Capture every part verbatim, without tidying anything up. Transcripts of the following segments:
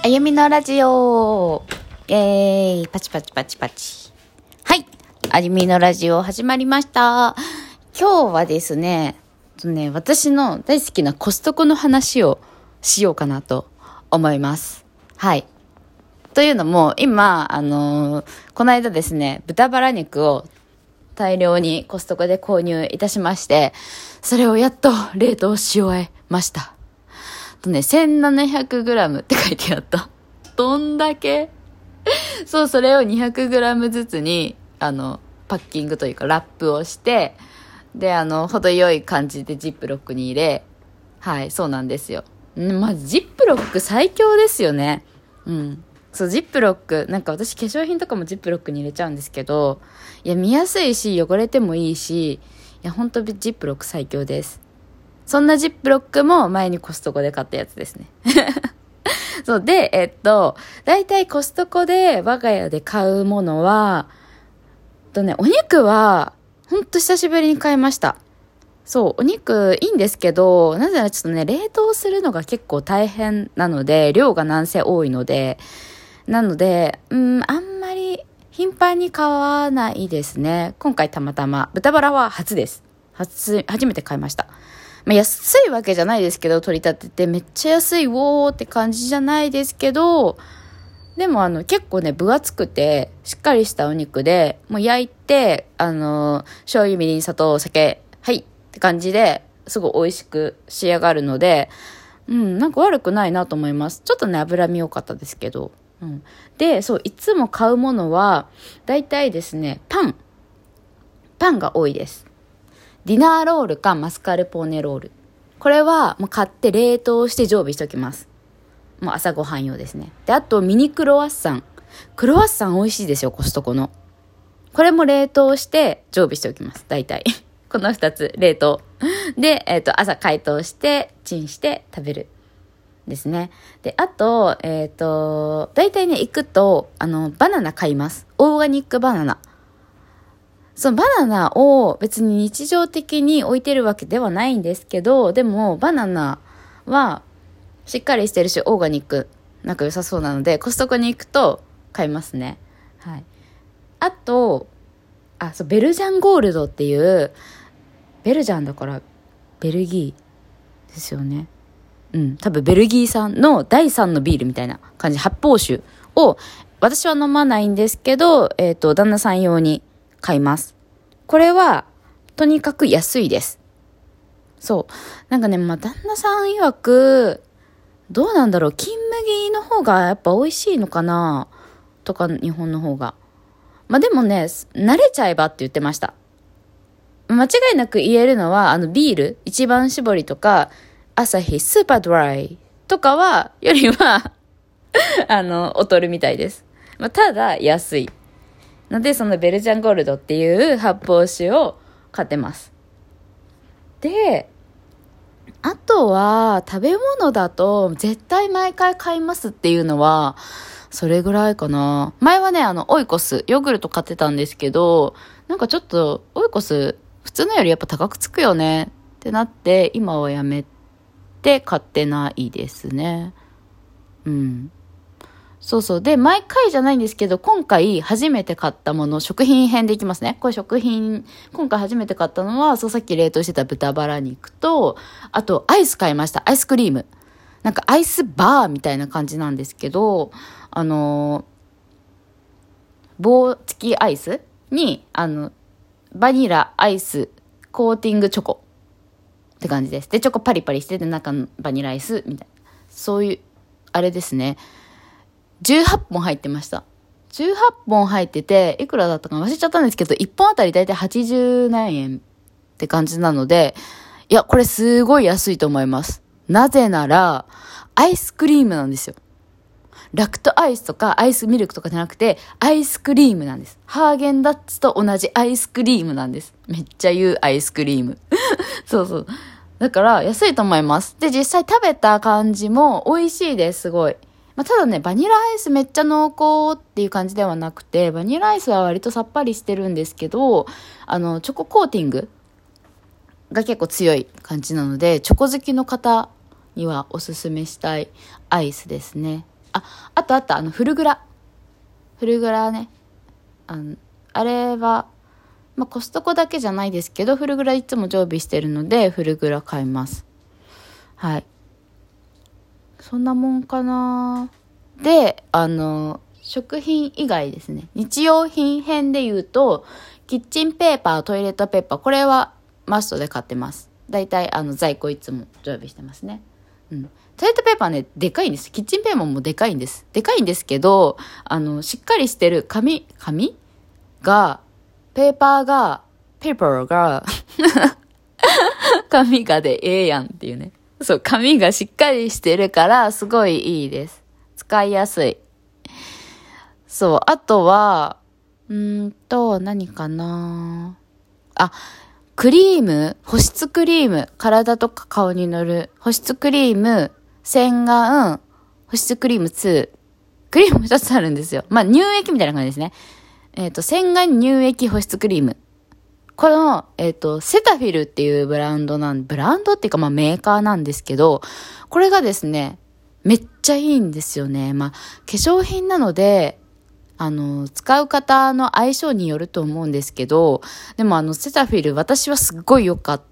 あゆみのラジオイェーイパチパチパチパチ。はい、あゆみのラジオ始まりました。今日はですね、ね私の大好きなコストコの話をしようかなと思います。はい。というのも今あのー、この間ですね、豚バラ肉を大量にコストコで購入いたしまして、それをやっと冷凍し終えました。とね、せんななひゃくグラムって書いてあった。どんだけそう、それをにひゃくグラムずつに、あの、パッキングというかラップをして、で、あの、程よい感じでジップロックに入れ、はい、そうなんですよ。んまず、ジップロック最強ですよね。うん。そう、ジップロック、なんか私化粧品とかもジップロックに入れちゃうんですけど、いや、見やすいし、汚れてもいいし、いや、ほんとジップロック最強です。そんなジップロックも前にコストコで買ったやつですね。そうで、えっと、だいたいコストコで我が家で買うものは、とね、お肉は、ほんと久しぶりに買いました。そう、お肉いいんですけど、なぜならちょっとね、冷凍するのが結構大変なので、量がなんせ多いので、なので、うん、あんまり頻繁に買わないですね。今回たまたま、豚バラは初です。初、初めて買いました。まあ、安いわけじゃないですけど、取り立ててめっちゃ安いウォーって感じじゃないですけど、でもあの結構ね分厚くてしっかりしたお肉で、もう焼いてあの醤油みりん砂糖お酒はいって感じですごい美味しく仕上がるので、うんなんか悪くないなと思います。ちょっとね脂身多かったですけど、うん、でそういつも買うものはだいたいですねパンパンが多いです。ディナーロールかマスカルポーネロール。これはもう買って冷凍して常備しておきます。もう朝ごはん用ですね。で、あとミニクロワッサン。クロワッサン美味しいですよ、コストコの。これも冷凍して常備しておきます。大体。この二つ、冷凍。で、えっと、朝解凍して、チンして食べる。ですね。で、あと、えっと、大体ね、行くと、あの、バナナ買います。オーガニックバナナ。そのバナナを別に日常的に置いてるわけではないんですけど、でもバナナはしっかりしてるしオーガニックなんか良さそうなのでコストコに行くと買いますね。はい。あと、あ、そう、ベルジャンゴールドっていう、ベルジャンだからベルギーですよね。うん、多分ベルギー産のだいさんのビールみたいな感じ、発泡酒を私は飲まないんですけど、えっと、旦那さん用に買います。これはとにかく安いです。そうなんかね、まあ、旦那さん曰くどうなんだろう、金麦の方がやっぱ美味しいのかなとか、日本の方がまあでもね、慣れちゃえばって言ってました。間違いなく言えるのはあのビール一番搾りとかアサヒスーパードライとかはよりはあの劣るみたいです。まあ、ただ安いので、そのベルジャンゴールドっていう発泡酒を買ってます。で、あとは食べ物だと絶対毎回買いますっていうのはそれぐらいかな。前はね、あのオイコスヨーグルト買ってたんですけど、なんかちょっとオイコス普通のよりやっぱ高くつくよねってなって、今はやめて買ってないですね。うん。そうそう。で、毎回じゃないんですけど、今回初めて買ったもの、食品編でいきますね。これ食品、今回初めて買ったのは、そうさっき冷凍してた豚バラ肉と、あとアイス買いました。アイスクリーム。なんかアイスバーみたいな感じなんですけど、あの、棒付きアイスに、あの、バニラ、アイス、コーティングチョコって感じです。で、チョコパリパリしてて、中のバニラアイスみたいな。そういう、あれですね。じゅうはっぽん入ってました。じゅうはっぽん入ってて、いくらだったか忘れちゃったんですけど、いっぽんあたりだいたいはちじゅうなんえんって感じなので、いや、これすごい安いと思います。なぜなら、アイスクリームなんですよ。ラクトアイスとかアイスミルクとかじゃなくて、アイスクリームなんです。ハーゲンダッツと同じアイスクリームなんです。めっちゃ言うアイスクリーム。そうそう。だから安いと思います。で、実際食べた感じも美味しいです、すごい。まあ、ただね、バニラアイスめっちゃ濃厚っていう感じではなくて、バニラアイスは割とさっぱりしてるんですけど、あの、チョココーティングが結構強い感じなので、チョコ好きの方にはおすすめしたいアイスですね。 あ、あとあと、あの、フルグラ。フルグラね。あの、あれは、まあ、コストコだけじゃないですけど、フルグラいつも常備してるので、フルグラ買います。はい。そんなもんかな。で、あの、食品以外ですね。日用品編で言うと、キッチンペーパー、トイレットペーパー、これはマストで買ってます。だいたいあの在庫いつも常備してますね。うん。トイレットペーパーね、でかいんです。キッチンペーパーもでかいんです。でかいんですけど、あの、しっかりしてる紙、紙が、ペーパーが、ペーパーが、紙がでええやんっていうね。そう、紙がしっかりしてるから、すごいいいです。使いやすい。そう、あとは、うーんと、何かなあ、クリーム、保湿クリーム、体とか顔に塗る、保湿クリーム、洗顔、保湿クリームツー。クリームふたつあるんですよ。まあ、乳液みたいな感じですね。えっと、洗顔乳液保湿クリーム。この、えっと、セタフィルっていうブランドなん、ブランドっていうかまあメーカーなんですけど、これがですね、めっちゃいいんですよね。まあ、化粧品なので、あの、使う方の相性によると思うんですけど、でもあの、セタフィル私はすっごい良かって、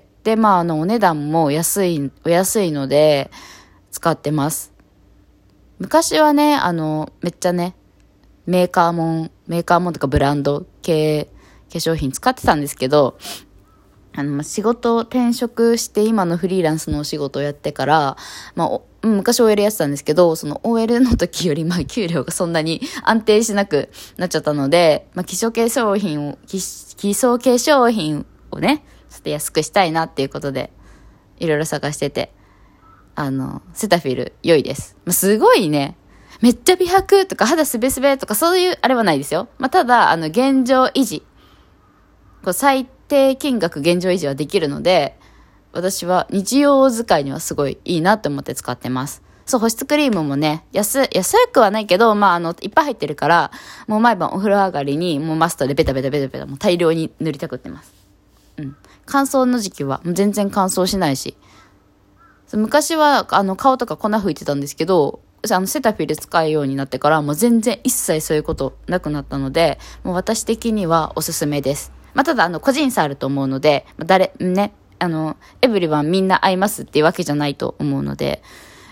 で、まああの、お値段も安い、お安いので、使ってます。昔はね、あの、めっちゃね、メーカーもん、メーカーもんとかブランド系化粧品使ってたんですけど、あの、ま、仕事を転職して今のフリーランスのお仕事をやってから、まあ、昔 オーエル やってたんですけど、その オーエル の時より、まあ、給料がそんなに安定しなくなっちゃったので、まあ、基礎化粧品を、基礎化粧品をね、ちょっと安くしたいなっていうことで、いろいろ探してて、あの、セタフィル良いです。まあ、すごいね、めっちゃ美白とか肌すべすべとかそういうあれはないですよ。まあ、ただ、あの、現状維持。こう最低金額現状維持はできるので、私は日用使いにはすごいいいなって思って使ってます。そう、保湿クリームもね、安、安くはないけど、まあ、あの、いっぱい入ってるから、もう毎晩お風呂上がりに、もうマストでベタベタベタベタ、もう大量に塗りたくってます。うん。乾燥の時期は、もう全然乾燥しないし。昔は、あの、顔とか粉吹いてたんですけど、あの、セタフィル使うようになってから、もう全然一切そういうことなくなったので、もう私的にはおすすめです。まあ、ただ、あの、個人差あると思うので、誰、ね、あの、エブリワンみんな合いますっていうわけじゃないと思うので、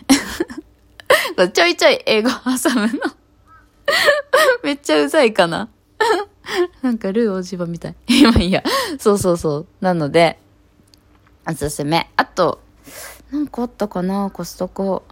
ちょいちょい英語挟むの。めっちゃうざいかな。なんかルーおじばみたい。今いいや。そうそうそう。なので、おすすめ。あと、なんかあったかな、コストコ。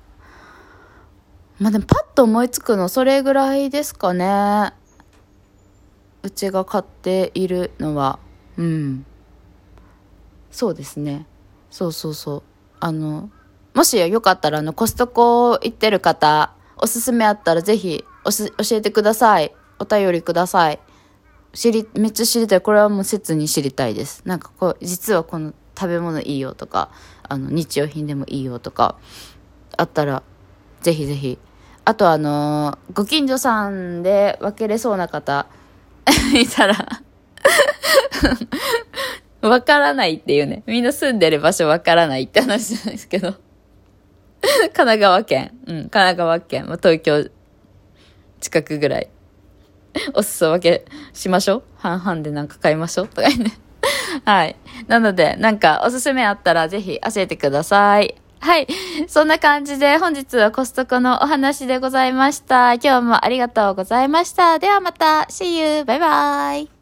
まあ、でもパッと思いつくのそれぐらいですかね。うちが買っているのは。うん。そうですね。そうそうそう。あの、もしよかったら、あの、コストコ行ってる方、おすすめあったらぜひおす、教えてください。お便りください。知り、めっちゃ知りたい。これはもう切に知りたいです。なんかこう、実はこの食べ物いいよとか、あの、日用品でもいいよとか、あったら、ぜひぜひ。あとあのー、ご近所さんで分けれそうな方、いたら、わからないっていうね。みんな住んでる場所わからないって話なんですけど。神奈川県。うん、神奈川県。まあ、東京近くぐらい。お裾分けしましょう。半々でなんか買いましょう。とかね。はい。なので、なんかおすすめあったらぜひ教えてください。はい。そんな感じで本日はコストコのお話でございました。今日もありがとうございました。ではまた。See you! バイバイ!